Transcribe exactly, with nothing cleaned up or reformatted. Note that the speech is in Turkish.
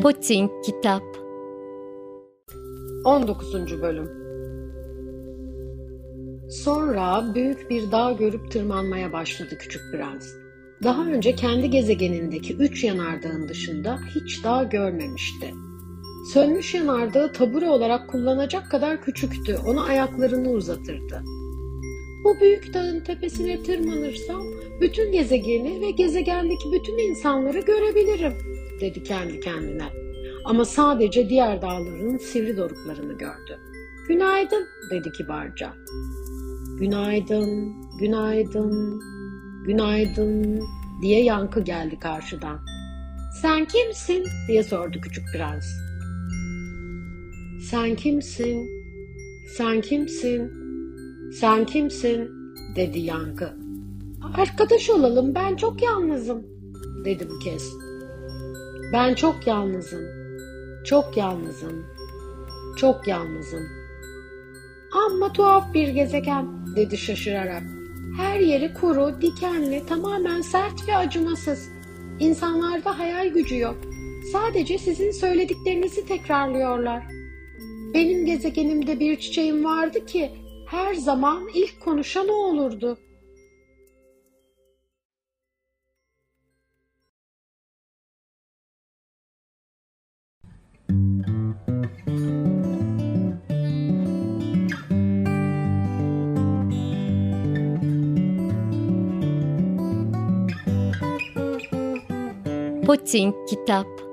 Poting Kitap on dokuzuncu Bölüm. Sonra büyük bir dağ görüp tırmanmaya başladı küçük prens. Daha önce kendi gezegenindeki üç yanardağın dışında hiç dağ görmemişti. Sönmüş yanardağı tabure olarak kullanacak kadar küçüktü, ona ayaklarını uzatırdı. Bu büyük dağın tepesine tırmanırsam bütün gezegeni ve gezegendeki bütün insanları görebilirim, dedi kendi kendine. Ama sadece diğer dağların sivri doruklarını gördü. Günaydın, dedi kibarca. Günaydın, günaydın, günaydın diye yankı geldi karşıdan. Sen kimsin? Diye sordu küçük prens. Sen kimsin? Sen kimsin? Sen kimsin? Dedi yankı. Arkadaş olalım, ben çok yalnızım, dedi bu kez. Ben çok yalnızım, çok yalnızım, çok yalnızım. Amma tuhaf bir gezegen, dedi şaşırarak. Her yeri kuru, dikenli, tamamen sert ve acımasız. İnsanlarda hayal gücü yok. Sadece sizin söylediklerinizi tekrarlıyorlar. Benim gezegenimde bir çiçeğim vardı ki her zaman ilk konuşan o olurdu. Poting Kitap